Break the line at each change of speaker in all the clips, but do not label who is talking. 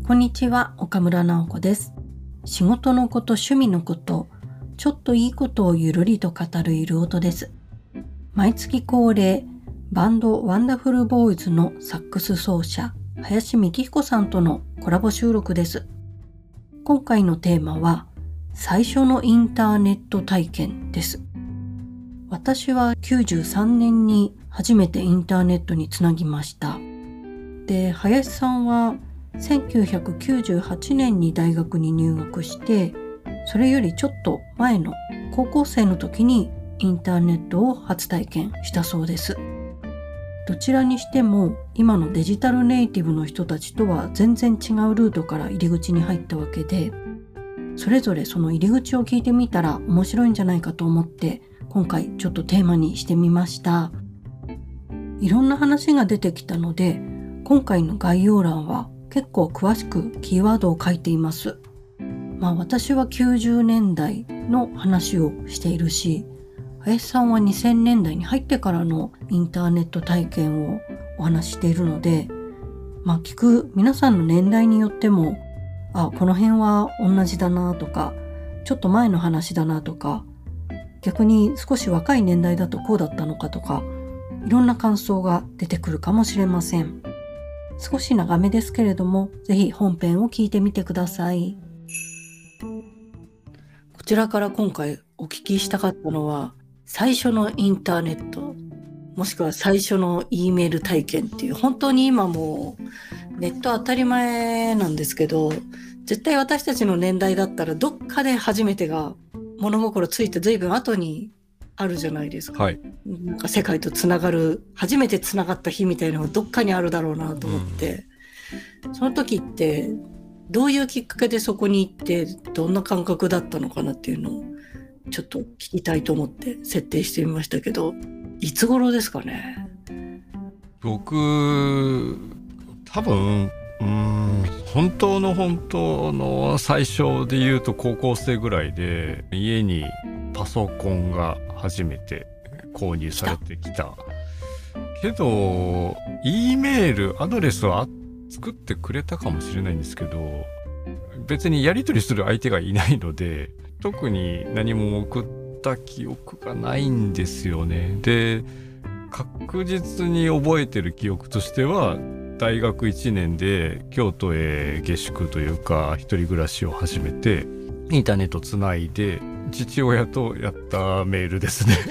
こんにちは、岡村直子です。仕事のこと、趣味のこと、ちょっといいことをゆるりと語るゆる音です。毎月恒例、バンドワンダフルボーイズのサックス奏者、林幹彦さんとのコラボ収録です。今回のテーマは、最初のインターネット体験です。私は93年に初めてインターネットにつなぎました。で、林さんは1998年に大学に入学して、それよりちょっと前の高校生の時にインターネットを初体験したそうです。どちらにしても今のデジタルネイティブの人たちとは全然違うルートから入り口に入ったわけで、それぞれその入り口を聞いてみたら面白いんじゃないかと思って今回ちょっとテーマにしてみました。いろんな話が出てきたので、今回の概要欄は結構詳しくキーワードを書いています。私は90年代の話をしているし、林さんは2000年代に入ってからのインターネット体験をお話ししているので、聞く皆さんの年代によっても、この辺は同じだなとか、ちょっと前の話だなとか、逆に少し若い年代だとこうだったのかとか、いろんな感想が出てくるかもしれません。少し長めですけれども、ぜひ本編を聞いてみてください。こちらから今回お聞きしたかったのは、最初のインターネット、もしくは最初の E メール体験っていう、本当に今もうネット当たり前なんですけど、絶対私たちの年代だったらどっかで初めてが物心ついて随分後にあるじゃないですか。なんか世界とつながる、初めてつながった日みたいなのがどっかにあるだろうなと思って、その時ってどういうきっかけでそこに行ってどんな感覚だったのかなっていうのをちょっと聞きたいと思って設定してみましたけど、いつ頃ですかね？
僕多分本当の最初で言うと高校生ぐらいで、家にパソコンが初めて購入されてきたけど、 E メールアドレスは作ってくれたかもしれないんですけど、別にやり取りする相手がいないので特に何も送った記憶がないんですよね。で、確実に覚えてる記憶としては、大学1年で京都へ下宿というか一人暮らしを始めて、インターネットつないで父親とやったメールですね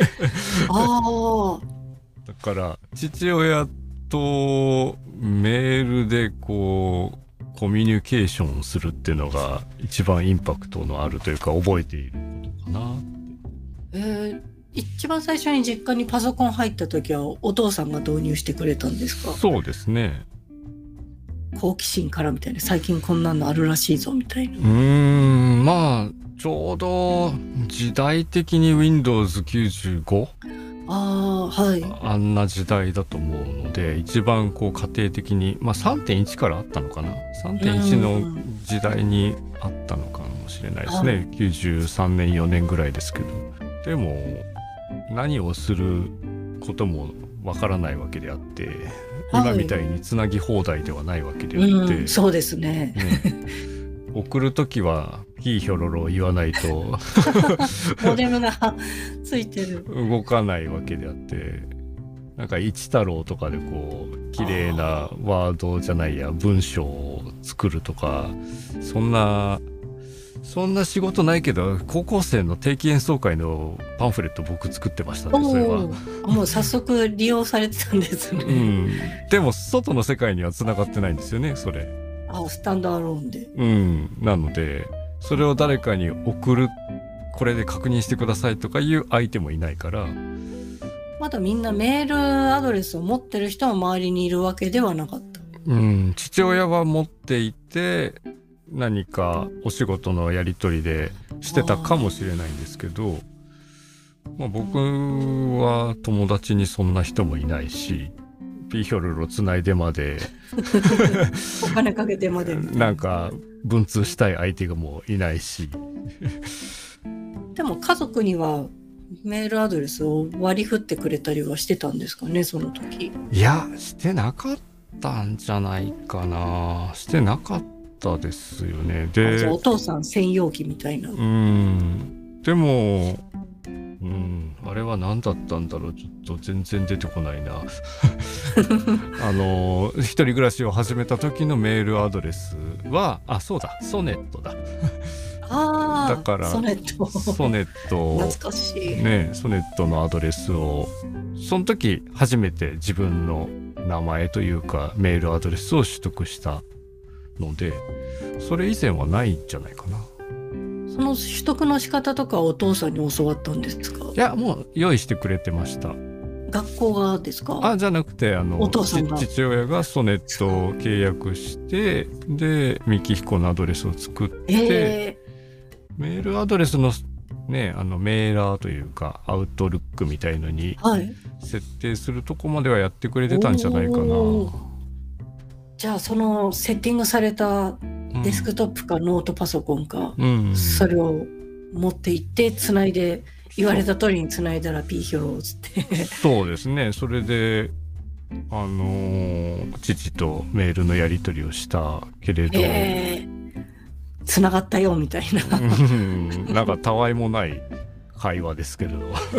だから父親とメールでこうコミュニケーションするっていうのが一番インパクトのあるというか覚えていることかなって。
一番最初に実家にパソコン入った時はお父さんが導入してくれたんですか？
そうですね。
好奇心からみたいな、最近こんなのあるらしいぞみたいな。
ちょうど時代的に Windows95 あんな時代だと思うので、一番こう家庭的に、3.1 からあったのかな、3.1 の時代にあったのかもしれないですね。93年4年ぐらいですけど、でも何をすることもわからないわけであって、今みたいにつなぎ放題ではないわけであって、
そうですね
送るときはヒーヒョロロ言わないと
モデムがついてる
動かないわけであって、なんか一太郎とかでこう綺麗なワードじゃないや文章を作るとか、そんな仕事ないけど、高校生の定期演奏会のパンフレット僕作ってましたね。それは
もう早速利用されてたんですね
でも外の世界には繋がってないんですよね、それ。
スタンドアローンで。
なのでそれを誰かに送る、これで確認してくださいとかいう相手もいないから。
まだみんなメールアドレスを持ってる人は周りにいるわけではなかった。
父親は持っていて、何かお仕事のやり取りでしてたかもしれないんですけど、僕は友達にそんな人もいないし、ピーヒョルロつないでまで
お金かけてまで
なんか文通したい相手がもういないし
でも家族にはメールアドレスを割り振ってくれたりはしてたんですかね、その時。
いや、してなかったんじゃないかな。してなかったですよね。
じゃ
で
あお父さん専用機みたいな。
でもあれは何だったんだろう、ちょっと全然出てこないな一人暮らしを始めた時のメールアドレスはそうだ、ソネットだだから
ソネット懐かしい
ね、ソネットのアドレスをその時初めて自分の名前というかメールアドレスを取得したので、それ以前はないんじゃないかな。
その取得の仕方とかお父さんに教わったんですか？
いや、もう用意してくれてました。
学校がですか？
じゃなくて
お父さんが
父親がソネットを契約して、で三木彦のアドレスを作って、メールアドレスのね、メーラーというかアウトルックみたいのに設定するとこまではやってくれてたんじゃないかな。
じゃあそのセッティングされたデスクトップかノートパソコンか、それを持って行ってつないで、言われた通りにつないだらピーヒョローつって
そうですね。それで父とメールのやり取りをしたけれど、
つながったよみたいな
なんかたわいもない会話ですけれど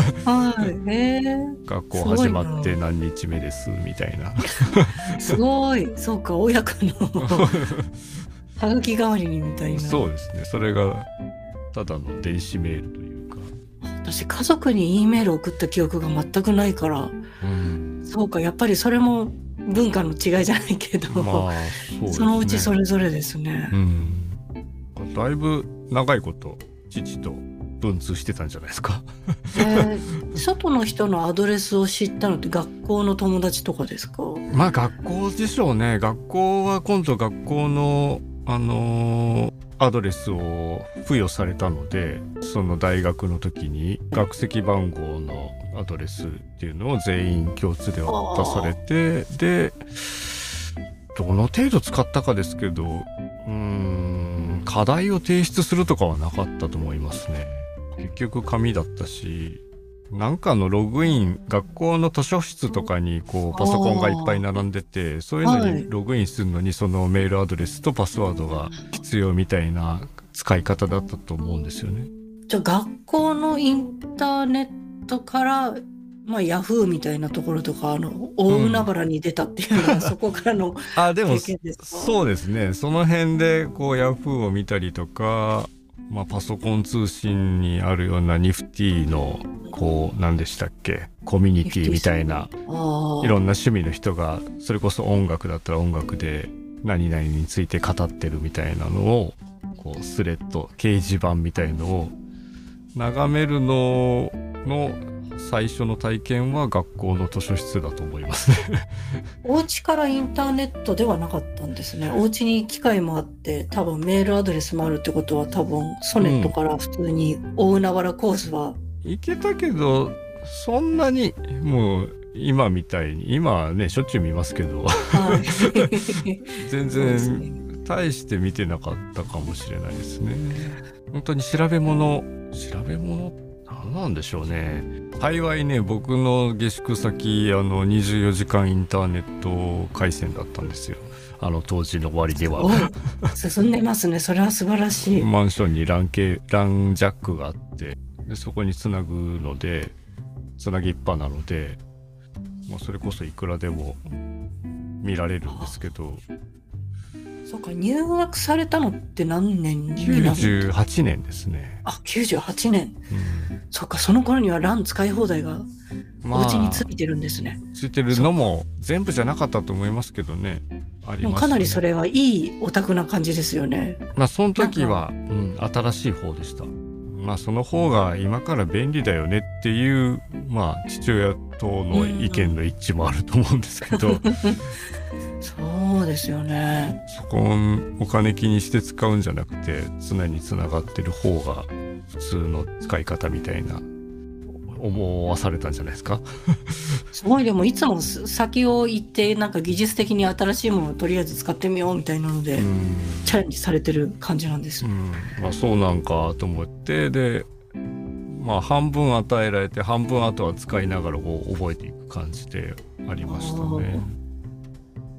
学校始まって何日目ですみたいな
すごい、そうか、親子のはがき代わりにみたいな。
そうですね。それがただの電子メールというか。
私家族に E メール送った記憶が全くないから、そうか、やっぱりそれも文化の違いじゃないけど、そうですね、そのうちそれぞれですね。
だいぶ長いこと父と文通してたんじゃないですか
外の人のアドレスを知ったのって学校の友達とかですか？
学校でしょうね。学校は今度学校のアドレスを付与されたので、その大学の時に学籍番号のアドレスっていうのを全員共通で渡されて、でどの程度使ったかですけど、課題を提出するとかはなかったと思いますね。結局紙だったし、なんかのログイン、学校の図書室とかにこうパソコンがいっぱい並んでて、そういうのにログインするのにそのメールアドレスとパスワードが必要みたいな使い方だったと思うんですよね。
じゃあ学校のインターネットからヤフーみたいなところとか大海原に出たっていうのは、そこからの
でも
経験ですか？
そうですね。その辺でこうヤフーを見たりとか、パソコン通信にあるようなニフティのこう何でしたっけ、コミュニティみたいな、いろんな趣味の人がそれこそ音楽だったら音楽で何々について語ってるみたいなのをこうスレッド掲示板みたいのを眺めるの最初の体験は学校の図書室だと思いますね
お家からインターネットではなかったんですね。お家に機械もあって、多分メールアドレスもあるってことは、多分ソネットから普通に大海原コースは、
行けたけど、そんなにもう今みたいに、今はねしょっちゅう見ますけど、全然大して見てなかったかもしれないですね。本当に調べ物何なんでしょうね。幸いね、僕の下宿先24時間インターネット回線だったんですよ。当時の終わりでは
進んでますね。それは素晴らしい。
マンションにランジャックがあって、でそこにつなぐので、つなぎっぱなので、それこそいくらでも見られるんですけど。
そうか、入学されたのって何年になる ？
98 年ですね。
98年。そうか、その頃にはラン使い放題がお家についてるんですね。
ついてるのも全部じゃなかったと思いますけどね。ありましたね。
でもかなりそれはいいお宅な感じですよね。
その時は、新しい方でした。その方が今から便利だよねっていう、父親との意見の一致もあると思うんですけど
そうですよね。
そこをお金気にして使うんじゃなくて、常につながってる方が普通の使い方みたいな思わされたんじゃないですか
すごい。でもいつも先を行って、なんか技術的に新しいものをとりあえず使ってみようみたいなのでチャレンジされてる感じなんです。
そうなんかと思って、で半分与えられて、半分あとは使いながら覚えていく感じでありましたね。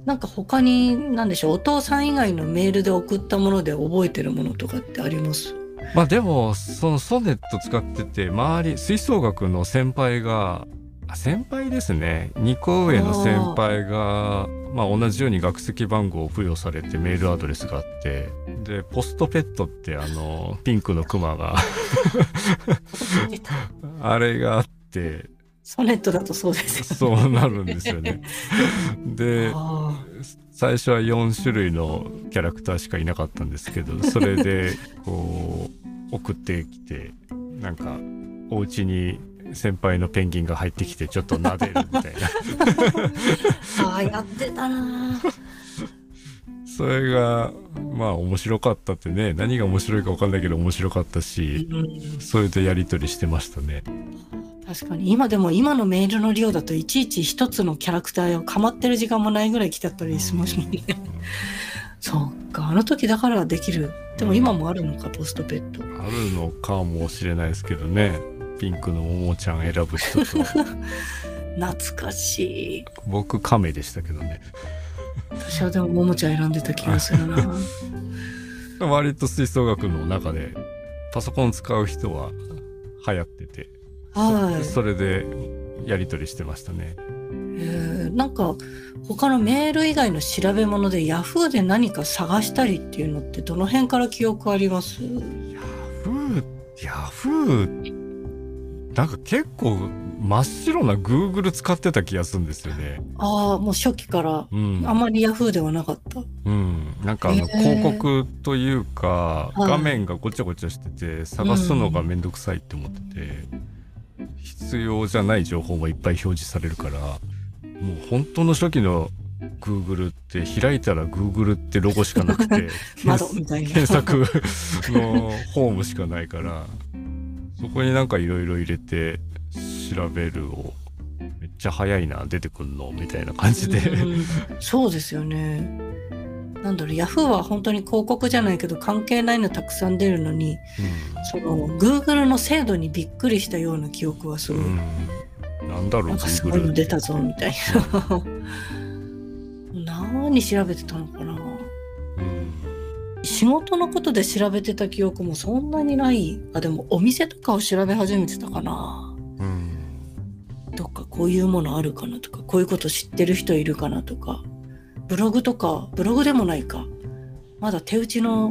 なんか他に何でしょう、お父さん以外のメールで送ったもので覚えてるものとかってあります？
まあでもそのソネット使ってて、周り吹奏楽の先輩ですね、2個上の先輩がまあ同じように学籍番号を付与されてメールアドレスがあって、でポストペットってピンクのクマがあれがあって、
ソネットだとそうです
そ
よね。
うなるんですよね。で最初は4種類のキャラクターしかいなかったんですけど、それでこう送ってきて、なんかお家に先輩のペンギンが入ってきてちょっと撫でるみたいな
やってたな。
それがまあ面白かったってね、何が面白いか分かんないけど面白かったし、それでやり取りしてましたね。
確かに今のメールの量だといちいち一つのキャラクターをかまってる時間もないぐらい来ちゃったりしますもんね。そうか、あの時だからできる。でも今もあるのか、ポストペット。
あるのかもしれないですけどね。ピンクのももちゃん選ぶ人と
懐かしい。
僕カメでしたけどね。
私はでもももちゃん選んでた気がするな。
割と吹奏楽の中でパソコン使う人は流行ってて、それでやり取りしてましたね。
なんか他のメール以外の調べ物でヤフーで何か探したりっていうのってどの辺から記憶あります？
ヤフーなんか結構真っ白な Google 使ってた気がするんですよね。
もう初期から、あんまりヤフーではなかった。
なんか広告というか、画面がごちゃごちゃしてて探すのがめんどくさいって思ってて、必要じゃない情報もいっぱい表示されるから、もう本当の初期の Google って開いたら Google ってロゴしかなくて
窓みたいな
検索のホームしかないから、そこになんかいろいろ入れて調べるをめっちゃ早いな出てくんのみたいな感じで
そうですよね。なんだろう、ヤフーは本当に広告じゃないけど関係ないのたくさん出るのに、その Google の精度にびっくりしたような記憶はすごい、
なんだろう、
なんかすごいの出たぞみたいな何調べてたのかな、仕事のことで調べてた記憶もそんなにない。でもお店とかを調べ始めてたかな。どっかこういうものあるかなとか、こういうこと知ってる人いるかなとか、ブログでもないか、まだ手打ちの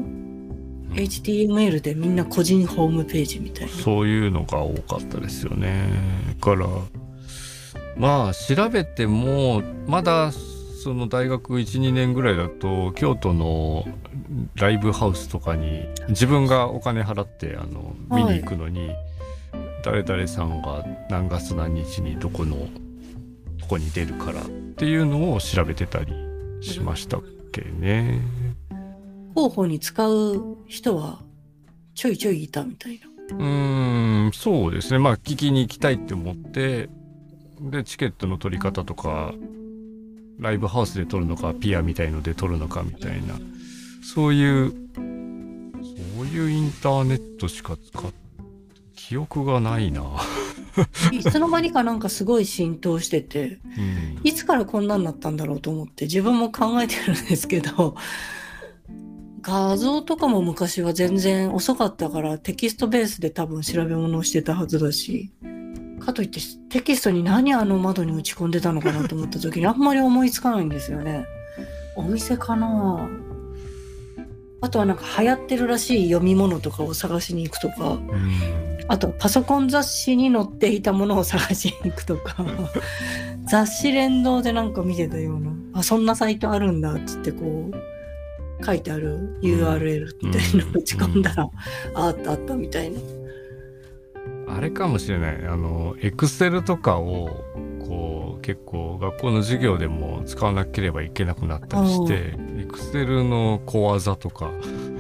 HTML でみんな個人ホームページみたいな、
そういうのが多かったですよね。だからまあ調べてもまだその大学 1,2 年ぐらいだと京都のライブハウスとかに自分がお金払って見に行くのに、誰々さんが何月何日にどこに出るからっていうのを調べてたりしましたっけね。
広報に使う人はちょいちょいいたみたい
な。そうですね。まあ聞きに行きたいって思ってでチケットの取り方とかライブハウスで撮るのかピアみたいので撮るのかみたいな、そういうインターネットしか使って記憶がないな。
いつの間にかなんかすごい浸透してて、いつからこんなになったんだろうと思って自分も考えてるんですけど、画像とかも昔は全然遅かったからテキストベースで多分調べ物をしてたはずだし、かといってテキストに何窓に打ち込んでたのかなと思った時にあんまり思いつかないんですよね。お店かな。あとはなんか流行ってるらしい読み物とかを探しに行くとか、あとパソコン雑誌に載っていたものを探しに行くとか雑誌連動でなんか見てたような、そんなサイトあるんだっつってこう書いてある URL みたいなの打ち込んだら、あったみたいな。
あれかもしれない。エクセルとかをこう結構学校の授業でも使わなければいけなくなったりして、エクセルの小技とか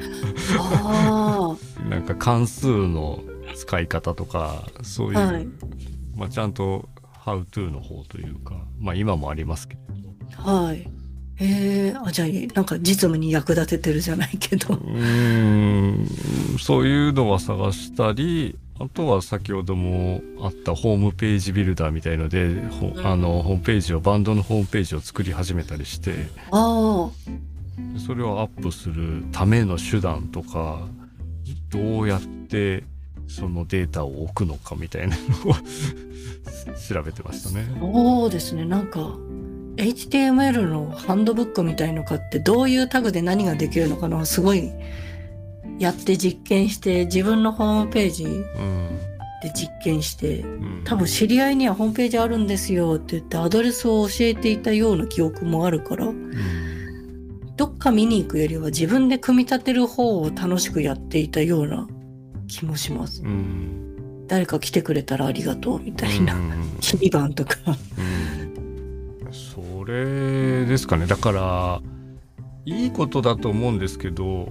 なんか関数の使い方とかそういう、
はい、
ちゃんと How to の方というか、今もありますけれど、
じゃあなんか実務に役立ててるじゃないけど。
そういうのは探したり、あとは先ほどもあったホームページビルダーみたいので、ホームページをバンドのホームページを作り始めたりして、それをアップするための手段とか、どうやってそのデータを置くのかみたいなのを調べてましたね。
そうですね。なんか HTML のハンドブックみたいの買ってどういうタグで何ができるのかな、すごいやって実験して、自分のホームページで実験して、多分知り合いにはホームページあるんですよって言ってアドレスを教えていたような記憶もあるから、どっか見に行くよりは自分で組み立てる方を楽しくやっていたような気もします。誰か来てくれたらありがとうみたいな、2番とか
それですかね。だからいいことだと思うんですけど、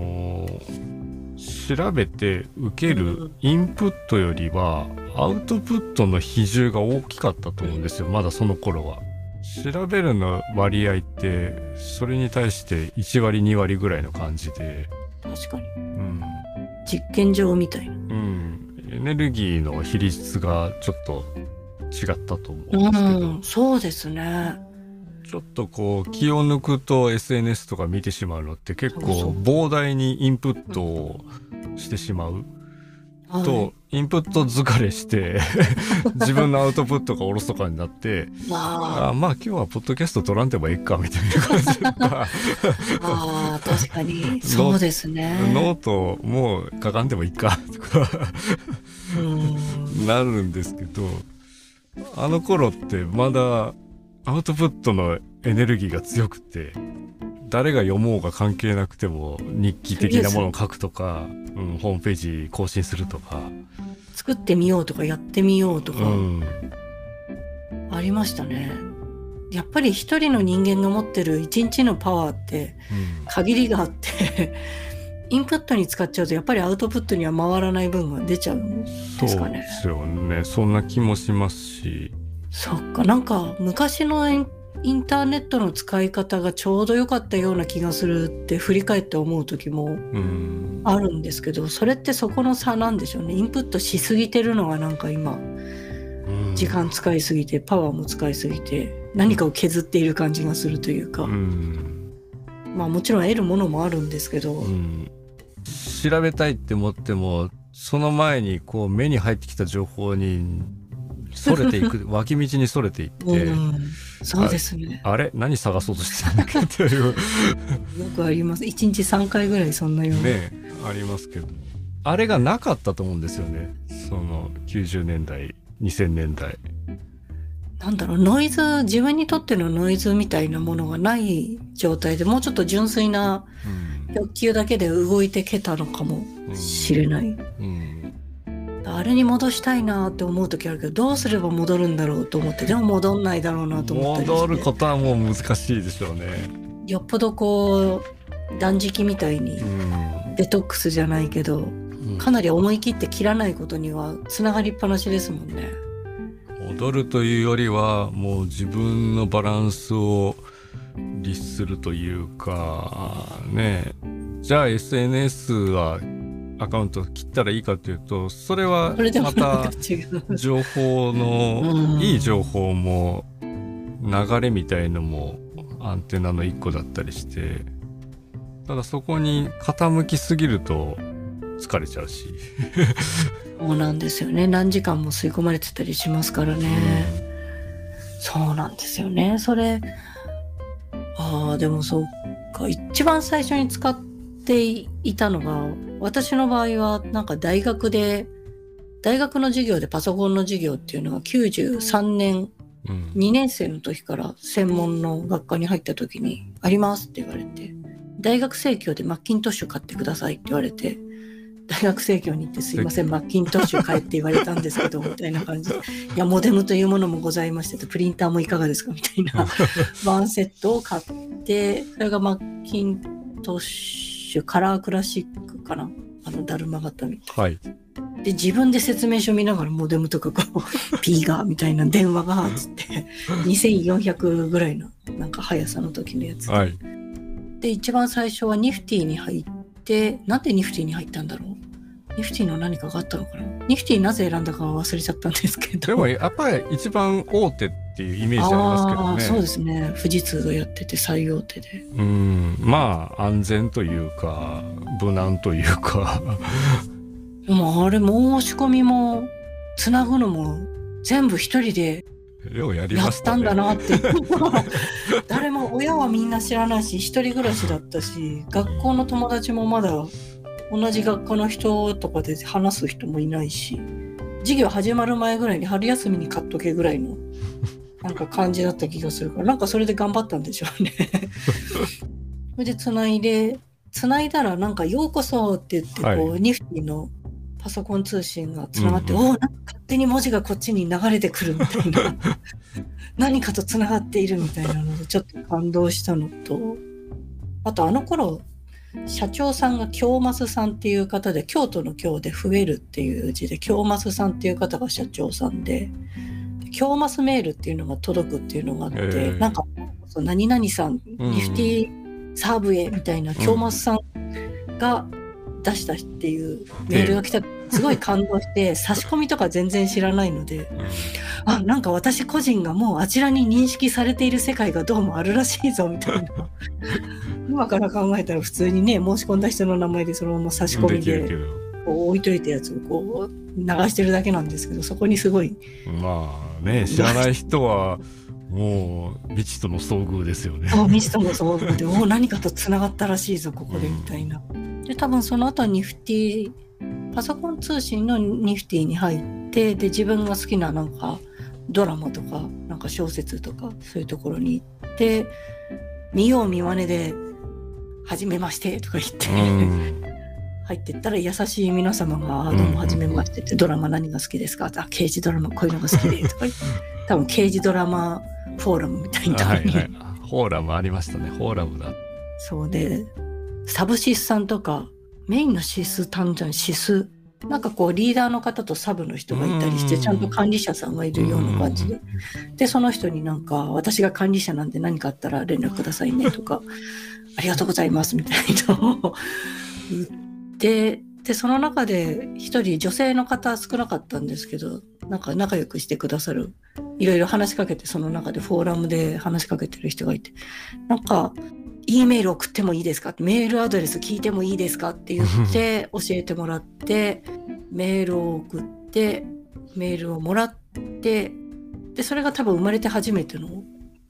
調べて受けるインプットよりはアウトプットの比重が大きかったと思うんですよ、まだその頃は。調べるの割合ってそれに対して1割2割ぐらいの感じで、
確かに、実験場みたいな、
エネルギーの比率がちょっと違ったと思うんですけど、
そうですね。
ちょっとこう気を抜くと SNS とか見てしまうのって結構膨大にインプットをしてしまうと、インプット疲れして自分のアウトプットがおろそかになってまあ今日はポッドキャスト撮らんでもいいかみたいな感じとか
確かにそうですね。
ノートもう書かんでもいいかとかなるんですけど、あの頃ってまだアウトプットのエネルギーが強くて、誰が読もうが関係なくても日記的なものを書くとか、ホームページ更新するとか、
作ってみようとかやってみようとか、ありましたね。やっぱり一人の人間が持ってる一日のパワーって限りがあってインプットに使っちゃうとやっぱりアウトプットには回らない分が出ちゃうんですかね。
そうですよね。そんな気もしますし。
そっか、なんか昔のインターネットの使い方がちょうど良かったような気がするって振り返って思う時もあるんですけど、それってそこの差なんでしょうね。インプットしすぎてるのがなんか今、時間使いすぎてパワーも使いすぎて何かを削っている感じがするというか、まあもちろん得るものもあるんですけど、
調べたいって思ってもその前にこう目に入ってきた情報にそれていく脇道にそれていって、
そうですね。
あれ何探そうとしてたんだっけっていうよ
くあります。1日3回ぐらいそんなような
ねありますけど、あれがなかったと思うんですよね、その90年代2000年代。
なんだろう、ノイズ、自分にとってのノイズみたいなものがない状態でもうちょっと純粋な欲求だけで動いてけたのかもしれない、あれに戻したいなって思う時あるけど、どうすれば戻るんだろうと思って、でも戻んないだろうなと思ったりして、
戻ることはもう難しいでしょうね。
よっぽどこう断食みたいにデトックスじゃないけど、かなり思い切って切らないことにはつながりっぱなしですもんね。
戻るというよりはもう自分のバランスを律するというかね。じゃあ SNS はアカウント切ったらいいかというと、それはまた情報のいい情報も流れみたいのもアンテナの一個だったりして、ただそこに傾きすぎると疲れちゃうし
そうなんですよね。何時間も吸い込まれてたりしますからね、そうなんですよね。それでもそうか、一番最初に使っていたのが、私の場合はなんか大学の授業でパソコンの授業っていうのが93年、2年生の時から専門の学科に入った時にありますって言われて、大学生協でマッキントッシュ買ってくださいって言われて、大学生協に行ってすいませんマッキントッシュ買えって言われたんですけどみたいな感じで、いやモデムというものもございましてと、プリンターもいかがですかみたいなワンセットを買って、それがマッキントッシュカラークラシックかな、だるま型みたいな、 で自分で説明書見ながらモデムとかこうピーガーみたいな電話がつって2400ぐらいのなんか速さの時のやつ、
はい、
で一番最初はニフティに入って、なんでニフティに入ったんだろう。ニフティの何かがあったのかな。ニフティなぜ選んだかは忘れちゃったんですけど、
でもやっぱり一番大手っていうイメージありますけどね。
そうですね、富士通がやってて最大手で、
まあ安全というか無難というか
でもあれ申し込みもつなぐのも全部一人で
ようやり
やっ
ましたね。
たんだなって誰も親はみんな知らないし、一人暮らしだったし、学校の友達もまだ同じ学科の人とかで話す人もいないし、授業始まる前ぐらいに春休みに買っとけぐらいのなんか感じだった気がするから、なんかそれで頑張ったんでしょうねそれでつないだらなんかようこそって言ってこう、ニフティのパソコン通信がつながって、なんか勝手に文字がこっちに流れてくるみたいな何かとつながっているみたいなのでちょっと感動したのと、あとあの頃社長さんが京増さんっていう方で、京都の京で増えるっていう字で京増さんっていう方が社長さんで、京増メールっていうのが届くっていうのがあって、なんか何々さん、ニフティサーブへみたいな京増さんが出したっていうメールが来た、すごい感動して差し込みとか全然知らないので、なんか私個人がもうあちらに認識されている世界がどうもあるらしいぞみたいな今から考えたら普通にね、申し込んだ人の名前でそのまま差し込みでこう置いといたやつをこう流してるだけなんですけど、そこにすごい
まあね、知らない人はもう未知との遭遇ですよね。
未知との遭遇で何かとつながったらしいぞここでみたいな。で多分その後ニフティパソコン通信のニフティに入って、で自分が好きななんかドラマとかなんか小説とかそういうところに行って、見よう見まねではじめましてとか言って入ってったら、優しい皆様がどうもはじめましてって、ドラマ何が好きですか、刑事ドラマこういうのが好きでとか言って多分刑事ドラマフォーラムみたいなところに、
フォーラムありましたね。フォーラムだ。
そうでサブシスさんとかメインのシスタンじゃん、シスなんかこうリーダーの方とサブの人がいたりして、ちゃんと管理者さんがいるような感じで、でその人になんか私が管理者なんで何かあったら連絡くださいねとかありがとうございますみたいなのを言って、でその中で一人女性の方少なかったんですけど、なんか仲良くしてくださる、いろいろ話しかけて、その中でフォーラムで話しかけてる人がいて、なんかE メール送ってもいいですか、メールアドレス聞いてもいいですかって言って教えてもらってメールを送ってメールをもらって、でそれが多分生まれて初めての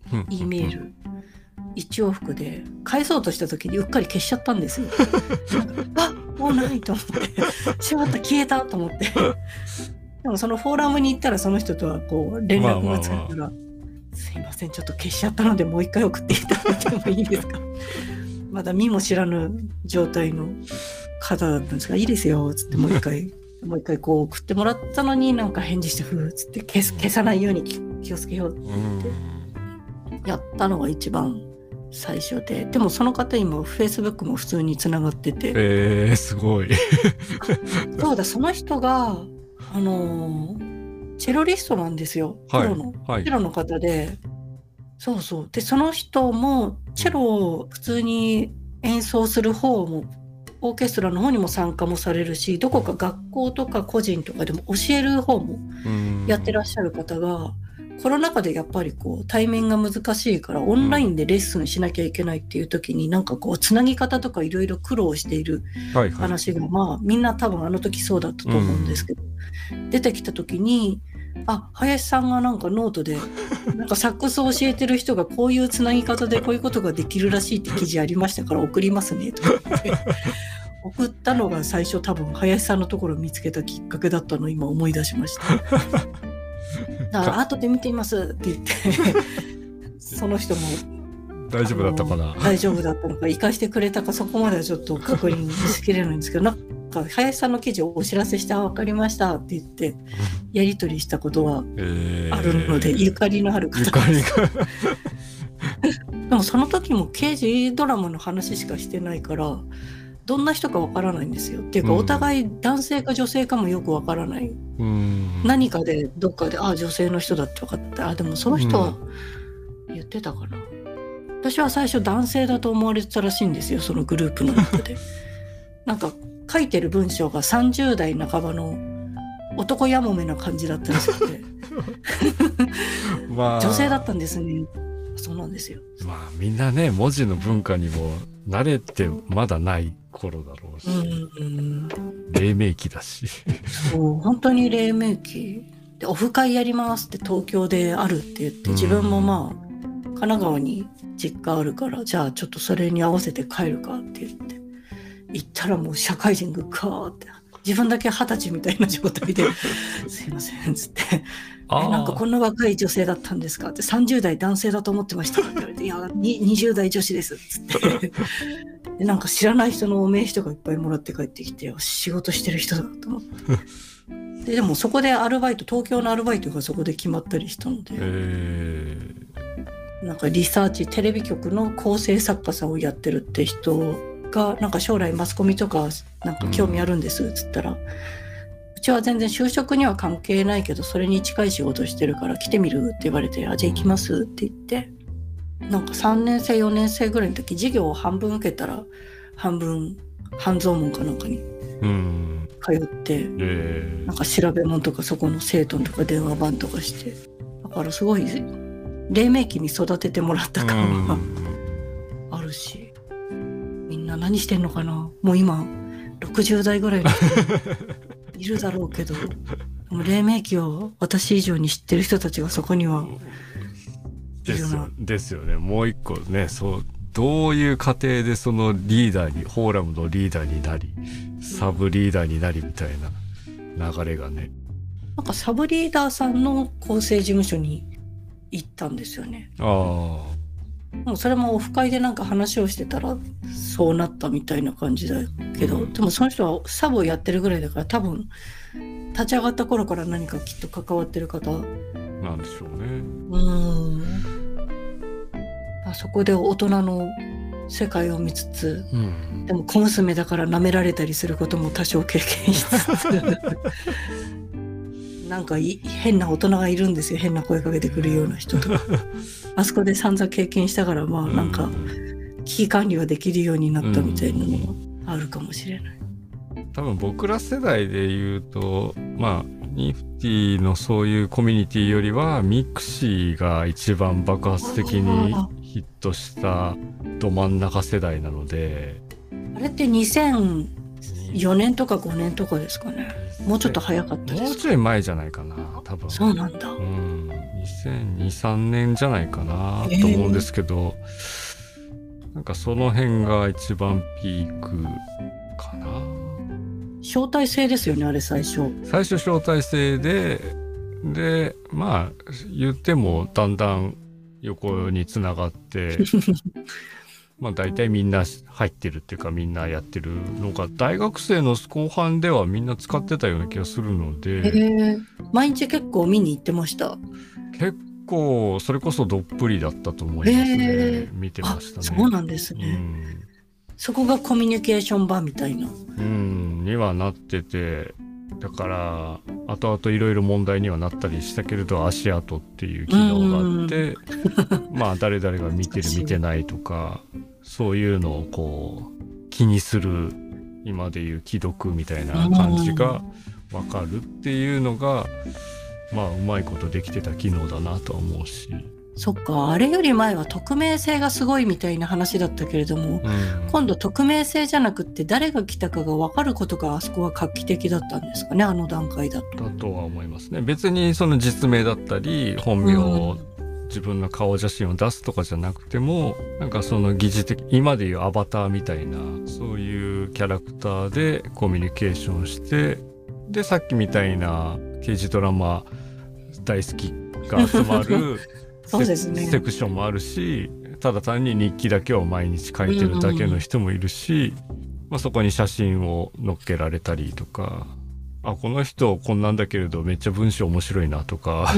E メール1往復で、返そうとした時にうっかり消しちゃったんですよもうないと思ってしまった、消えたと思ってでもそのフォーラムに行ったらその人とはこう連絡がつくから、すいませんちょっと消しちゃったのでもう一回送っていただいてもいいですかまだ見も知らぬ状態の方だったんですが、いいですよつってもう一回こう送ってもらったのに、なんか返事してふーつって消さないように気をつけようってやったのが一番最初で、でもその方今 Facebook も普通につながってて、
すごい
そうだ、その人がチェロリストなんですよ、プロの、チェロの方で、そうそうでその人もチェロを普通に演奏する方もオーケストラの方にも参加もされるし、どこか学校とか個人とかでも教える方もやってらっしゃる方が、コロナ禍でやっぱりこう対面が難しいからオンラインでレッスンしなきゃいけないっていう時に、なんかこうつなぎ方とかいろいろ苦労している話が、まあみんな多分あの時そうだったと思うんですけど、出てきた時に林さんがなんかノートでなんかサックスを教えてる人がこういうつなぎ方でこういうことができるらしいって記事ありましたから送りますねとか言って送ったのが最初多分林さんのところを見つけたきっかけだったのを今思い出しましただから後で見てみますって言ってその人も
大丈夫だったかな、
大丈夫だったのか生かしてくれたかそこまではちょっと確認しきれないんですけど、なんか林さんの記事をお知らせして分かりましたって言ってやり取りしたことはあるので、ゆかりのある方ですでもその時も刑事ドラマの話しかしてないから、 どんな人かわからないんですよ。っていうか、お互い男性か女性かもよくわからない。何かでどっかで女性の人だって分かって、でもその人は言ってたかな。私は最初男性だと思われてたらしいんですよ、そのグループの中で。なんか書いてる文章が30代半ばの男やもめな感じだったらしくて女性だったんですね。そうなんですよ。
みんなね、文字の文化にも慣れてまだない頃だろうし、黎明期だし
そう、本当に黎明期で、オフ会やりますって東京であるって言って、自分も神奈川に実家あるから、じゃあちょっとそれに合わせて帰るかって言って行ったら、もう社会人がガーって自分だけ20歳みたいな状態ですいませんっつってなんかこんな若い女性だったんですかって、30代男性だと思ってましたって言われて、いや20代女子ですっつってで、なんか知らない人のお名刺とかいっぱいもらって帰ってきて、仕事してる人だと思ってでもそこで東京のアルバイトがそこで決まったりしたので、なんかリサーチ、テレビ局の構成作家さんをやってるって人が、なんか将来マスコミとかなんか興味あるんですっつったら、うちは全然就職には関係ないけどそれに近い仕事してるから来てみるって言われて、じゃあ行きますって言って、なんか3年生4年生ぐらいの時、授業を半分受けたら半分半蔵門かなんかに通って、なんか調べ物とかそこの生徒とか電話番とかして、だからすごい黎明期に育ててもらった感があるし、みんな何してんのかな。もう今60代ぐらいの人いるだろうけど、でも黎明期を私以上に知ってる人たちがそこにはいるな。
ですよね。もう一個ね、どういう過程でそのリーダーに、フォーラムのリーダーになり、サブリーダーになりみたいな流れがね。
なんかサブリーダーさんの構成事務所に行ったんですよね。もうそれもオフ会でなんか話をしてたらそうなったみたいな感じだけど、でもその人はサブをやってるぐらいだから、多分立ち上がった頃から何かきっと関わってる方
なんでしょうね。
そこで大人の世界を見つつ、でも小娘だから舐められたりすることも多少経験しつつなんか変な大人がいるんですよ。変な声かけてくるような人とかあそこで散々経験したから、なんか危機管理はできるようになったみたいなのもあるかもしれない。
多分僕ら世代で言うと、ニフティのそういうコミュニティよりはミクシーが一番爆発的にヒットしたど真ん中世代なので、
あれって2004年とか5年とかですかね。もうちょっと早かったですか。
もうちょい前じゃないかな、多分。
そうなんだ。
2002、3年じゃないかなと思うんですけど、なんかその辺が一番ピークかな。
招待制ですよね、あれ最初
招待制で言ってもだんだん横につながって大体みんな入ってるっていうか、みんなやってるのが大学生の後半ではみんな使ってたような気がするので、
毎日結構見に行ってました。
結構それこそどっぷりだったと思いますね。見てましたね。
そうなんですね。そこがコミュニケーション場みたいな
にはなってて、だから後々いろいろ問題にはなったりしたけれど、足跡っていう機能があって誰々が見てる見てないとか、そういうのをこう気にする、今でいう既読みたいな感じが分かるっていうのがうまいことできてた機能だなと思うし。
そっか、あれより前は匿名性がすごいみたいな話だったけれども、今度匿名性じゃなくって誰が来たかが分かることがあそこは画期的だったんですかね、あの段階だと。
だとは思いますね。別にその実名だったり本名を、自分の顔写真を出すとかじゃなくても、なんかその疑似的、今でいうアバターみたいなそういうキャラクターでコミュニケーションして、でさっきみたいな刑事ドラマ大好きが集まる
そうですね、
セクションもあるし、ただ単に日記だけを毎日書いてるだけの人もいるし、そこに写真を載っけられたりとか、この人こんなんだけれどめっちゃ文章面白いなとか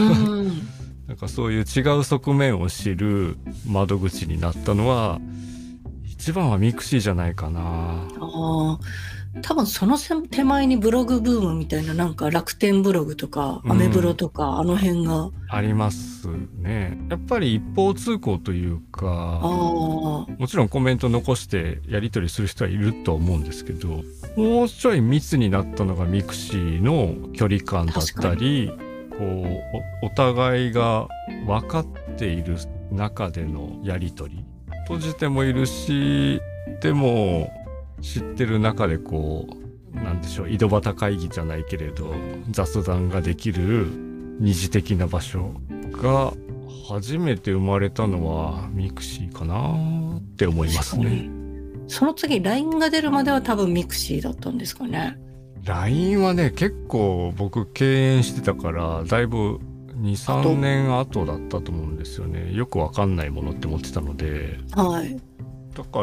なんかそういう違う側面を知る窓口になったのは一番はミクシーじゃないかな。
あ、多分その手前にブログブームみたいな、なんか楽天ブログとかアメブロとか、あの辺が
ありますね。やっぱり一方通行というか、もちろんコメント残してやり取りする人はいると思うんですけど、もうちょい密になったのがミクシーの距離感だったり、こう お互いが分かっている中でのやり取り、閉じてもいるし、でも知ってる中でこうなんでしょう、井戸端会議じゃないけれど雑談ができる二次的な場所が初めて生まれたのはミクシーかなって思いますね。
その次 LINE が出るまでは多分ミクシーだったんですかね。
LINE はね結構僕敬遠してたからだいぶ 2,3 年後だったと思うんですよね。よくわかんないものって思ってたので。
はい。
だから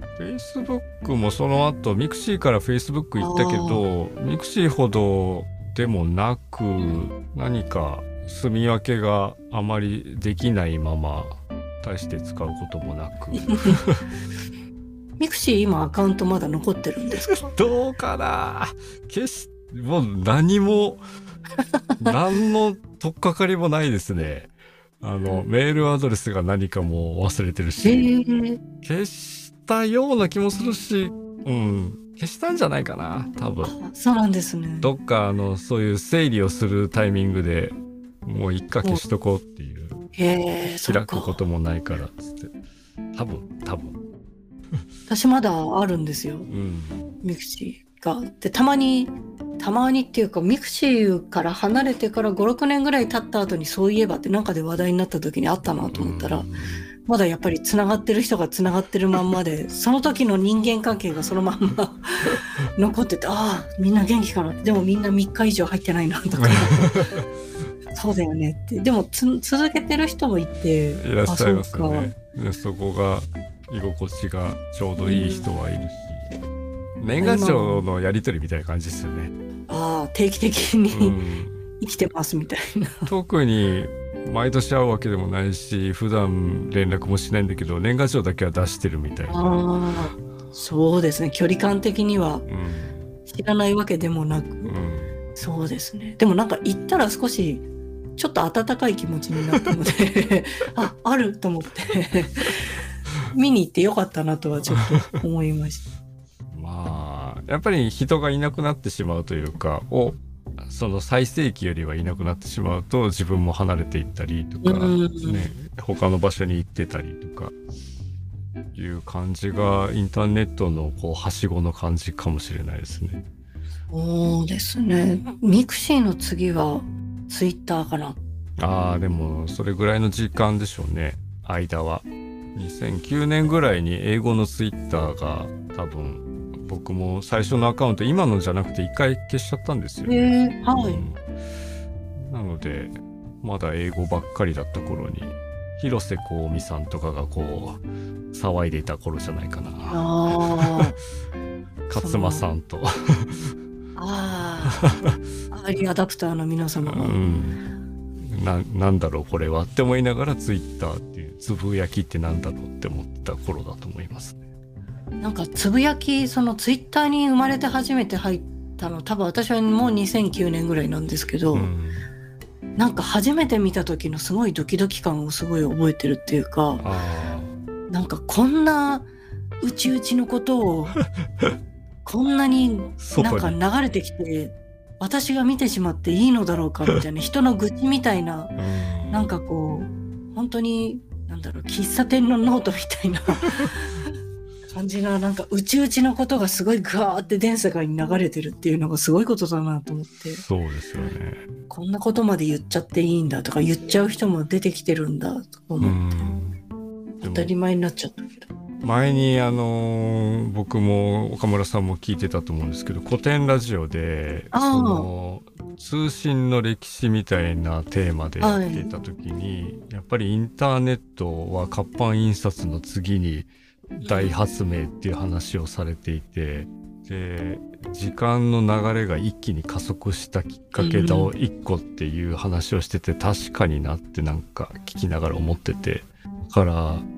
Facebook もその後ミクシーから Facebook 行ったけど、ミクシーほどでもなく、何か住み分けがあまりできないまま大して使うこともなく
ミクシー今アカウントまだ残ってるんですか？
どうかな、もう何も何の取っかかりもないですね。メールアドレスが何かも忘れてるし、消したような気もするし、消したんじゃないかな多分。
そうなんですね。
どっかそういう整理をするタイミングでもう一回消しとこうっていう、開くこともないからっつって多分
私まだあるんですよ、ミクシーが。でたまにっていうか、ミクシーから離れてから5、6年ぐらい経った後に、そういえばってなんかで話題になった時にあったなと思ったら、まだやっぱりつながってる人がつながってるまんまでその時の人間関係がそのまんま残ってて、みんな元気かなって。でもみんな3日以上入ってないなとかそうだよねって。でも続けてる人もいて
いらっしゃいますよね。そこが居心地がちょうどいい人はいるし、年賀状のやり取りみたいな感じですよね。
定期的に、生きてますみたいな。
特に毎年会うわけでもないし、普段連絡もしないんだけど年賀状だけは出してるみたいな。
そうですね、距離感的には知らないわけでもなく、そうですね。でもなんか行ったら少しちょっと温かい気持ちになったのであると思って見に行ってよかったなとはちょっと思いました
まあやっぱり人がいなくなってしまうというか、その最盛期よりはいなくなってしまうと自分も離れていったりとか、他の場所に行ってたりとかいう感じがインターネットのはしごの感じかもしれないですね。
そうですね。ミクシーの次はツイッターかな。
でもそれぐらいの時間でしょうね。間は2009年ぐらいに英語のツイッターが多分、僕も最初のアカウント今のじゃなくて一回消しちゃったんですよね。なのでまだ英語ばっかりだった頃に広瀬香美さんとかが騒いでいた頃じゃないかな。勝間さんと
アーリーアダプターの皆様が、
なんだろうこれはって思いながらツイッターっていうつぶやきってなんだろうって思った頃だと思いますね。
なんかつぶやき、そのツイッターに生まれて初めて入ったの、多分私はもう2009年ぐらいなんですけど、なんか初めて見た時のすごいドキドキ感をすごい覚えてるっていうか、なんかこんなうちのことをこんなになんか流れてきて私が見てしまっていいのだろうかみたいな人の愚痴みたいな、なんか本当に喫茶店のノートみたいな感じの、なんかうちのことがすごいガーって全世界に流れてるっていうのがすごいことだなと思って。
そうですよね。
こんなことまで言っちゃっていいんだとか、言っちゃう人も出てきてるんだと思って当たり前になっちゃったけど、
前に僕も岡村さんも聞いてたと思うんですけど、古典ラジオでその通信の歴史みたいなテーマでやってた時に、やっぱりインターネットは活版印刷の次に大発明っていう話をされていて、で時間の流れが一気に加速したきっかけだを一個っていう話をしてて、確かになってなんか聞きながら思ってて、だから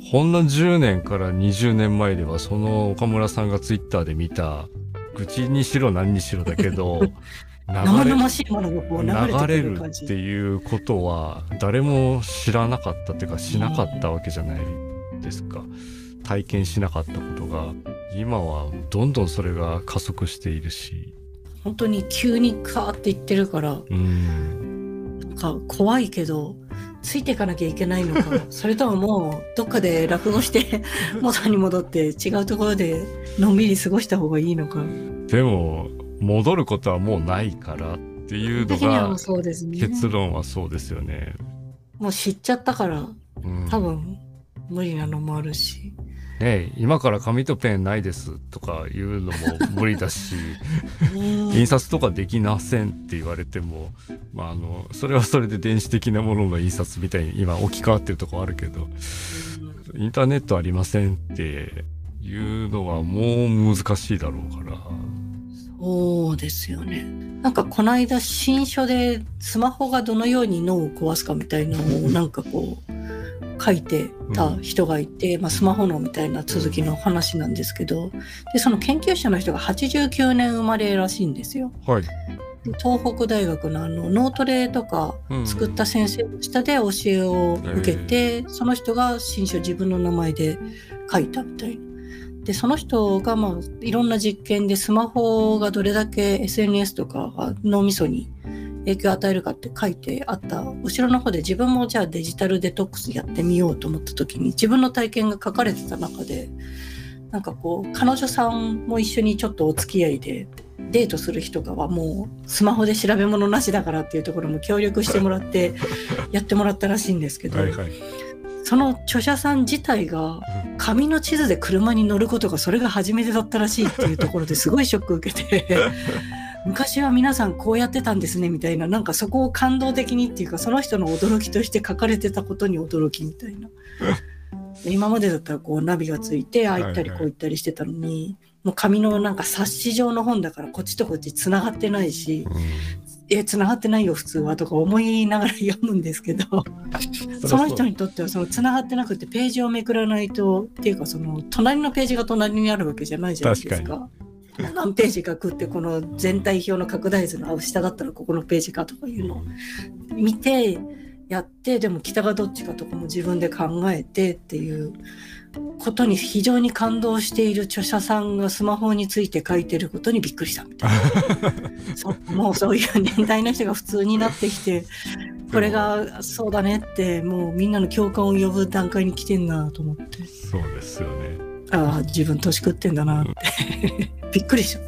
ほんの10年から20年前ではその岡村さんがツイッターで見た愚痴にしろ何にしろだけど
生々しいものがこう流れてく
流れる
る感じ。
っていうことは誰も知らなかったっていうかしなかったわけじゃないですか。体験しなかったことが今はどんどんそれが加速しているし、
本当に急にカーって言ってるからなんか怖いけどついていかなきゃいけないのかそれとももうどっかで落語して元に戻って違うところでのんびり過ごした方がいいのか。
でも戻ることはもうないからっていうの
的にはも
が
うそうですね。
結論はそうですよね。
もう知っちゃったから
うん
多分無理なのもあるし、
ね、今から紙とペンないですとかいうのも無理だし
うん
印刷とかできませんって言われても、それはそれで電子的なものの印刷みたいに今置き換わってるとこあるけど、インターネットありませんっていうのはもう難しいだろうから。
そうですよね。なんかこの間新書でスマホがどのように脳を壊すかみたいなのをなんかこう書いてた人がいて、スマホ脳みたいな続きの話なんですけど、でその研究者の人が89年生まれらしいんですよ。
はい。
で東北大学の脳トレとか作った先生の下で教えを受けて、その人が新書自分の名前で書いたみたいな。でその人がいろんな実験でスマホがどれだけ SNS とかが脳みそに影響を与えるかって書いてあった後ろの方で、自分もじゃあデジタルデトックスやってみようと思った時に自分の体験が書かれてた中で、なんかこう彼女さんも一緒にちょっとお付き合いでデートする人がはもうスマホで調べ物なしだからっていうところも協力してもらってやってもらったらしいんですけど、
はいはい。
その著者さん自体が紙の地図で車に乗ることがそれが初めてだったらしいっていうところですごいショック受けて昔は皆さんこうやってたんですねみたいな、なんかそこを感動的にっていうかその人の驚きとして書かれてたことに驚きみたいな。今までだったらこうナビがついてああ行ったりこう行ったりしてたのに、もう紙のなんか冊子状の本だからこっちとこっちつながってないし、つながってないよ普通はとか思いながら読むんですけどその人にとってはそのつながってなくてページをめくらないとっていうか、その隣のページが隣にあるわけじゃないじゃないですか。何ページかくってこの全体表の拡大図の下だったらここのページかとかいうのを見てやって、でも北がどっちかとかも自分で考えてっていうことに非常に感動している著者さんがスマホについて書いてることにびっくりしたみたいなもうそういう年代の人が普通になってきて、これがそうだねってもうみんなの共感を呼ぶ段階に来てんなと思って。
そうですよね。
ああ自分年食ってんだなってびっくりした。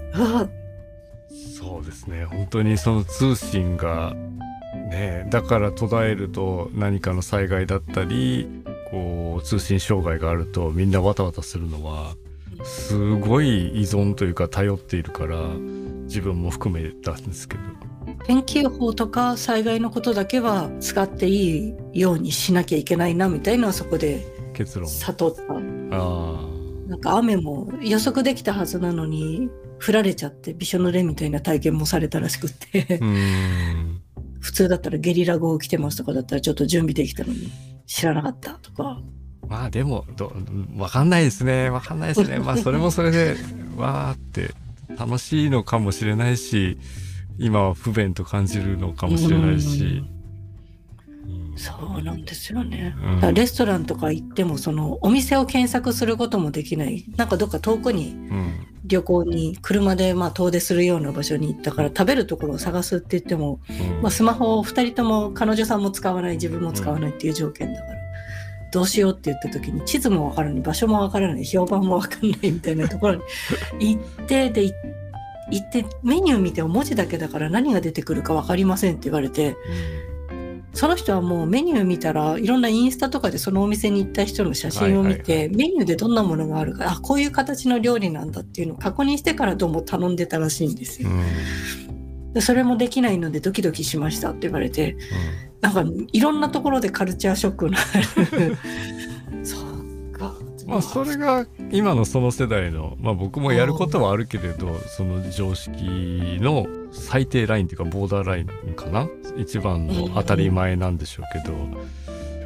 そうですね。本当にその通信がね、だから途絶えると何かの災害だったりこう通信障害があるとみんなわたわたするのはすごい依存というか頼っているから、自分も含めたんですけど、
天気予報とか災害のことだけは使っていいようにしなきゃいけないなみたいなのはそこで
結論
悟った。なんか雨も予測できたはずなのに降られちゃってびしょ濡れみたいな体験もされたらしくって普通だったらゲリラ豪雨来てますとかだったらちょっと準備できたのに知らなかったとか。
でもわかんないですね。わかんないですね。それもそれでわーって楽しいのかもしれないし、今は不便と感じるのかもしれないし。
そうなんですよね。だからレストランとか行ってもそのお店を検索することもできない。なんかどっか遠くに旅行に車で遠出するような場所に行ったから食べるところを探すって言っても、スマホを2人とも彼女さんも使わない自分も使わないっていう条件だから、どうしようって言った時に地図もわからない場所もわからない評判もわかんないみたいなところに行って行ってメニュー見ても文字だけだから何が出てくるかわかりませんって言われて、その人はもうメニュー見たらいろんなインスタとかでそのお店に行った人の写真を見て、メニューでどんなものがあるか、こういう形の料理なんだっていうのを確認してからどうも頼んでたらしいんですよ。でそれもできないのでドキドキしましたって言われて、なんかいろんなところでカルチャーショックになるそうか。
それが今のその世代の、僕もやることはあるけれど、その常識の最低ラインというかボーダーラインかな、一番の当たり前なんでしょうけど、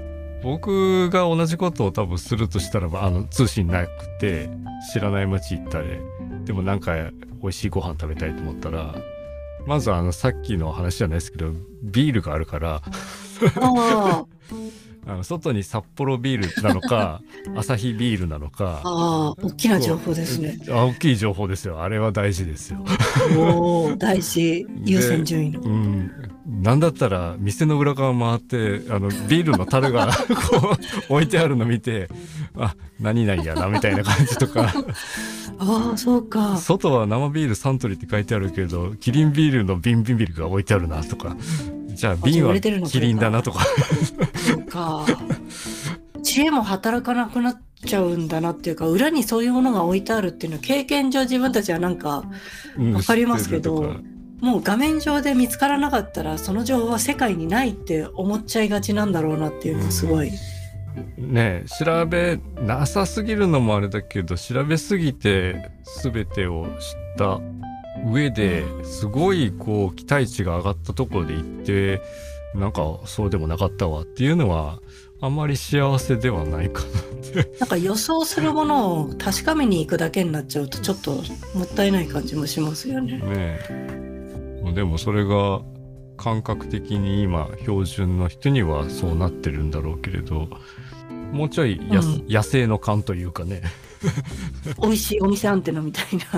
僕が同じことを多分するとしたらば通信なくて知らない街行ったりでもなんか美味しいご飯食べたいと思ったらまずさっきの話じゃないですけどビールがあるから
あ
外に札幌ビールなのかアサヒビールなのか
大きな情報ですね。
大きい情報ですよ。あれは大事ですよ。
お大事、優先順位の。
なんだったら店の裏側回ってビールの樽がこう置いてあるの見て何々やなみたいな感じとか
そうか。
外は生ビールサントリーって書いてあるけどキリンビールの瓶ビールが置いてあるなとかじゃあ瓶はキリンだなとか
そうか。知恵も働かなくなっちゃうんだなっていうか裏にそういうものが置いてあるっていうのは経験上自分たちはなんか分かりますけど、もう画面上で見つからなかったらその情報は世界にないって思っちゃいがちなんだろうなっていうのはすごい。
ねえ調べなさすぎるのもあれだけど調べすぎて全てを知った上ですごいこう期待値が上がったところで行ってなんかそうでもなかったわっていうのはあんまり幸せではないかなって
なんか予想するものを確かめに行くだけになっちゃうとちょっともったいない感じもしますよね。
ねえでもそれが感覚的に今標準の人にはそうなってるんだろうけれどもうちょい野生の感というかね
美味しいお店アンテナみたいな、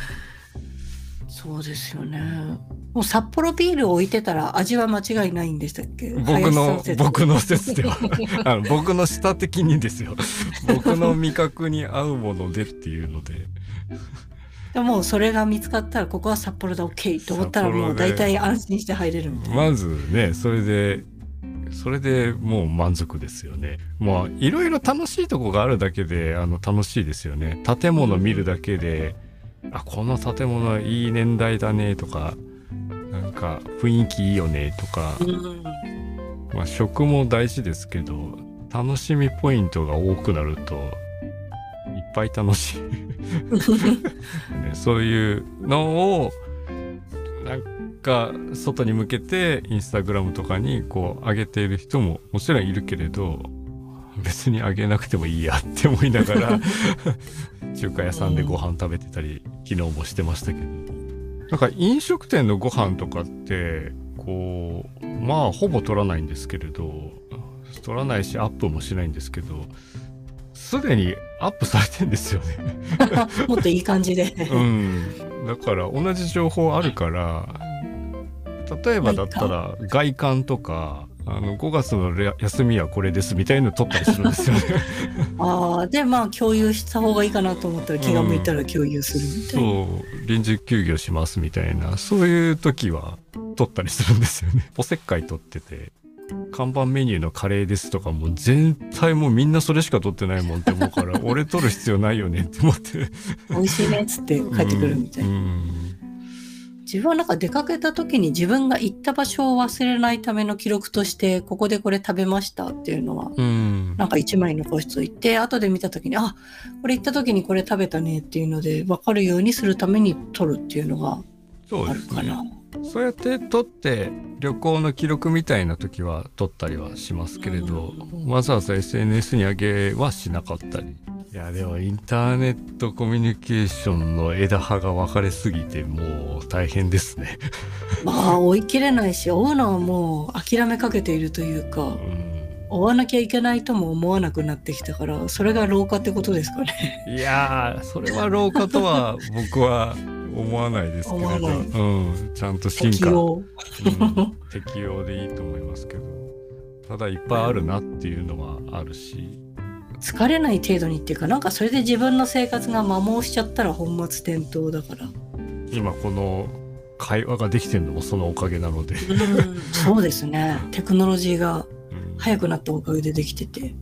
そうですよね。もう札幌ビールを置いてたら味は間違いないんでしたっけ？
僕の説では僕の舌的にですよ僕の味覚に合うものでっていうので
でもそれが見つかったらここは札幌だ OK と思ったらもう大体安心して入れるみたいな。
まずねそれでもう満足ですよね。もういろいろ楽しいとこがあるだけで楽しいですよね。建物見るだけでこの建物いい年代だねとかなんか雰囲気いいよねとか、食も大事ですけど楽しみポイントが多くなるといっぱい楽しい、ね、そういうのをなんか外に向けてインスタグラムとかにこう上げている人ももちろんいるけれど別に上げなくてもいいやって思いながら中華屋さんでご飯食べてたり、昨日もしてましたけどなんか飲食店のご飯とかってこうほぼ取らないんですけれど取らないしアップもしないんですけどすでにアップされてんですよね
もっといい感じで
だから同じ情報あるから例えばだったら外観とか5月の休みはこれですみたいなの撮ったりするんですよね
で共有した方がいいかなと思ったら気が向いたら共有するみたいな、
そう臨時休業しますみたいなそういう時は撮ったりするんですよね。おせっかい撮ってて看板メニューのカレーですとかも全体もうみんなそれしか撮ってないもんって思うから俺撮る必要ないよねって思って
美味しいねっつって帰ってくるみたいな、自分はなんか出かけた時に自分が行った場所を忘れないための記録としてここでこれ食べましたっていうのは、なんか1枚残しておいて後で見た時にこれ行った時にこれ食べたねっていうので分かるようにするために撮るっていうのがあるかな。
そうやって撮って旅行の記録みたいな時は撮ったりはしますけれど、わざわざ SNS に上げはしなかったり。いやでもインターネットコミュニケーションの枝葉が分かれすぎてもう大変ですね
追い切れないし追うのはもう諦めかけているというか、追わなきゃいけないとも思わなくなってきたからそれが老化ってことですかね。
いやそれは老化とは僕は思わないですけれど、ちゃんと進化適応でいいと思いますけどただいっぱいあるなっていうのはあるし
疲れない程度にっていうかなんかそれで自分の生活が摩耗しちゃったら本末転倒だから
今この会話ができてるのもそのおかげなので
そうですねテクノロジーが早くなったおかげでできてて、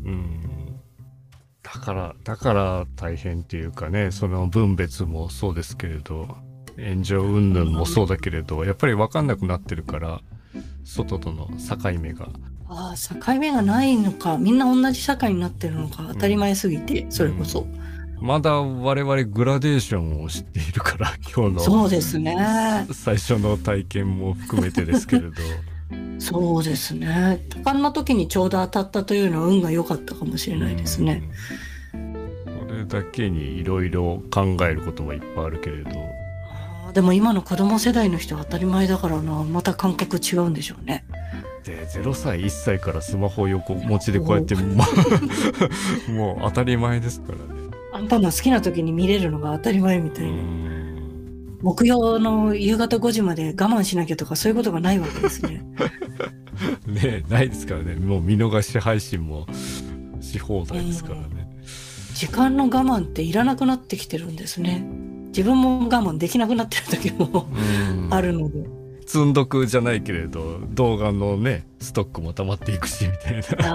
だから大変っていうかねその分別もそうですけれど炎上云々もそうだけれどやっぱり分かんなくなってるから外との境目が
境目がないのかみんな同じ社会になってるのか当たり前すぎて、それこそ、
まだ我々グラデーションを知っているから今日の
そうですね
最初の体験も含めてですけれど
そうですね。多感な時にちょうど当たったというのは運が良かったかもしれないですね。
これだけにいろいろ考えることもいっぱいあるけれど、
でも今の子供世代の人は当たり前だからな、また感覚違うんでしょうね。
で0歳1歳からスマホを横持ちでこうやってもう当たり前ですからね。
アンパンマン好きな時に見れるのが当たり前みたいな。木曜の夕方5時まで我慢しなきゃとかそういうことがないわけですね。
ね、ないですからね。もう見逃し配信もし放題ですからね。
時間の我慢っていらなくなってきてるんですね。自分も我慢できなくなってる時もあるので。
積んどくじゃないけれど動画のねストックも溜まっていくしみたいな。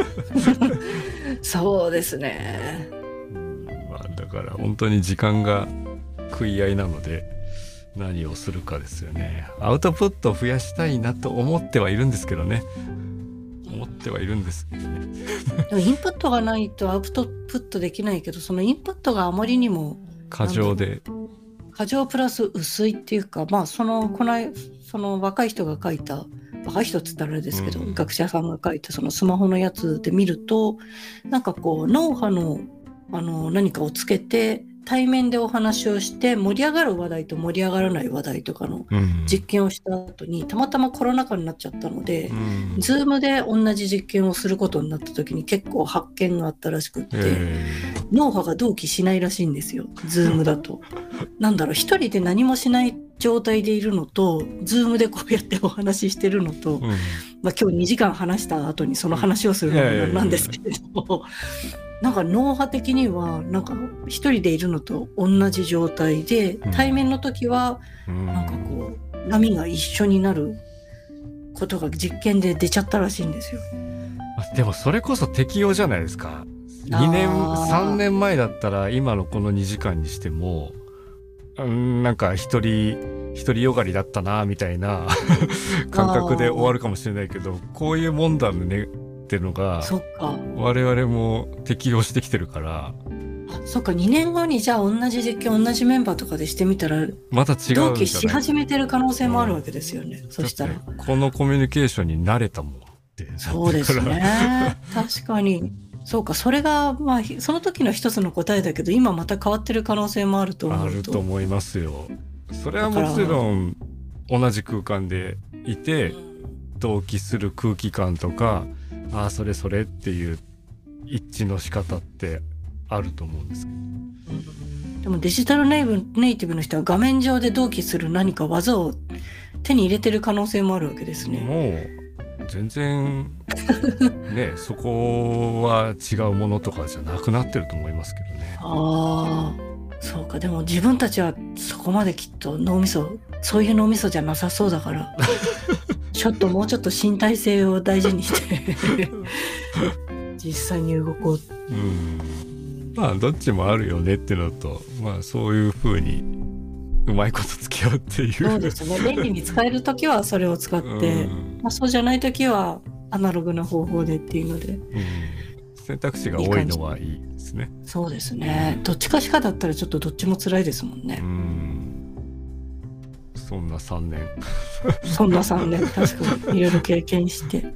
そうですね。
だから本当に時間が食い合いなので何をするかですよね。アウトプットを増やしたいなと思ってはいるんですけどね。思ってはいるんですけどね。
でもインプットがないとアウトプットできないけど、そのインプットがあまりにも
過剰で
過剰プラス薄いっていうか、まあその若い人が書いた、若い人って言ったらあれですけど、学者さんが書いたそのスマホのやつで見ると、なんかこう脳波の何かをつけて対面でお話をして盛り上がる話題と盛り上がらない話題とかの実験をした後に、たまたまコロナ禍になっちゃったので、ズームで同じ実験をすることになった時に結構発見があったらしくって、脳波が同期しないらしいんですよ、ズームだと。なんだろう、一人で何もしない状態でいるのと、ズームでこうやってお話ししてるのと、まあ、今日2時間話した後にその話をするのなんですけれど、なんか脳波的にはなんか一人でいるのと同じ状態で、対面の時はなんかこう波が一緒になることが実験で出ちゃったらしいんですよ。
でもそれこそ適用じゃないですか。2年3年前だったら今のこの2時間にしてもなんか一人よがりだったなみたいな感覚で終わるかもしれないけど、こういうもんだねっていうのが我々も適用してきてるから。
そっか、2年後にじゃあ同じ実験同じメンバーとかでしてみたら
また違う
同期し始めてる可能性もあるわけですよね。そしたら
このコミュニケーションに慣れたもんって
そうですね。確かにそうか、それがまあその時の一つの答えだけど、今また変わってる可能性もあると思うと。
あると思いますよ。それはもちろん同じ空間でいて同期する空気感とか、それっていう一致の仕方ってあると思うんですけど、
でもデジタルネイティブの人は画面上で同期する何か技を手に入れてる可能性もあるわけですね。
もう全然ねそこは違うものとかじゃなくなってると思いますけどね。
そうか。でも自分たちはそこまできっとそういう脳みそじゃなさそうだからもうちょっと身体性を大事にして実際に動こう。
まあどっちもあるよねっていうのと、まあそういう風にうまいこと付き合うっていう。
そうですね。便利に使えるときはそれを使って、そうじゃないときはアナログな方法でっていうので、
選択肢が多いのはいいですね。
そうですね。どっちかしかだったらちょっとどっちも辛いですもんね。
そんな3年
そんな3年確かにいろいろ経験して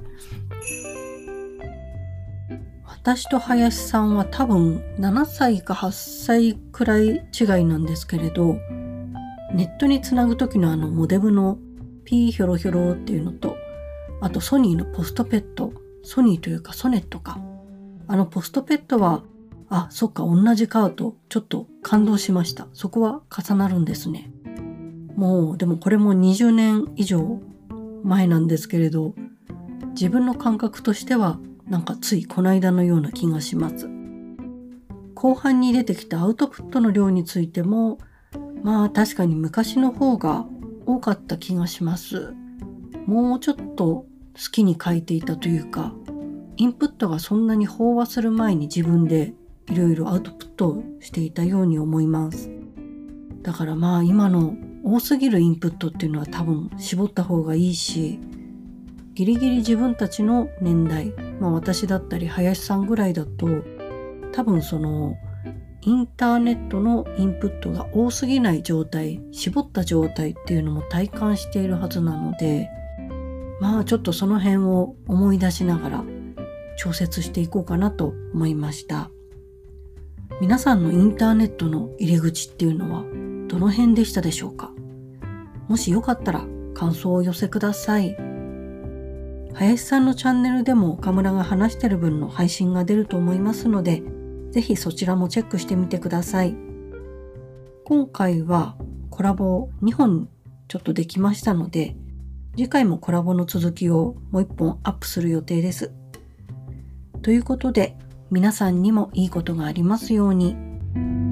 私と林さんは多分7歳か8歳くらい違いなんですけれど、ネットにつなぐ時のモデブのピーヒョロヒョロっていうのと、あとソニーのポストペット、ソニーというかソネットか、ポストペットはそっか同じかとちょっと感動しました。そこは重なるんですね。でもこれも20年以上前なんですけれど、自分の感覚としてはなんかついこの間のような気がします。後半に出てきたアウトプットの量についてもまあ確かに昔の方が多かった気がします。もうちょっと好きに書いていたというか、インプットがそんなに飽和する前に自分でいろいろアウトプットをしていたように思います。だからまあ今の多すぎるインプットっていうのは多分絞った方がいいし、ギリギリ自分たちの年代、私だったり林さんぐらいだと多分そのインターネットのインプットが多すぎない状態、絞った状態っていうのも体感しているはずなので、 ちょっとその辺を思い出しながら調節していこうかなと思いました。皆さんのインターネットの入り口っていうのはどの辺でしたでしょうか？もしよかったら感想をお寄せください。林さんのチャンネルでも岡村が話してる分の配信が出ると思いますので、ぜひそちらもチェックしてみてください。今回はコラボ2本ちょっとできましたので、次回もコラボの続きをもう1本アップする予定です。ということで、皆さんにもいいことがありますように。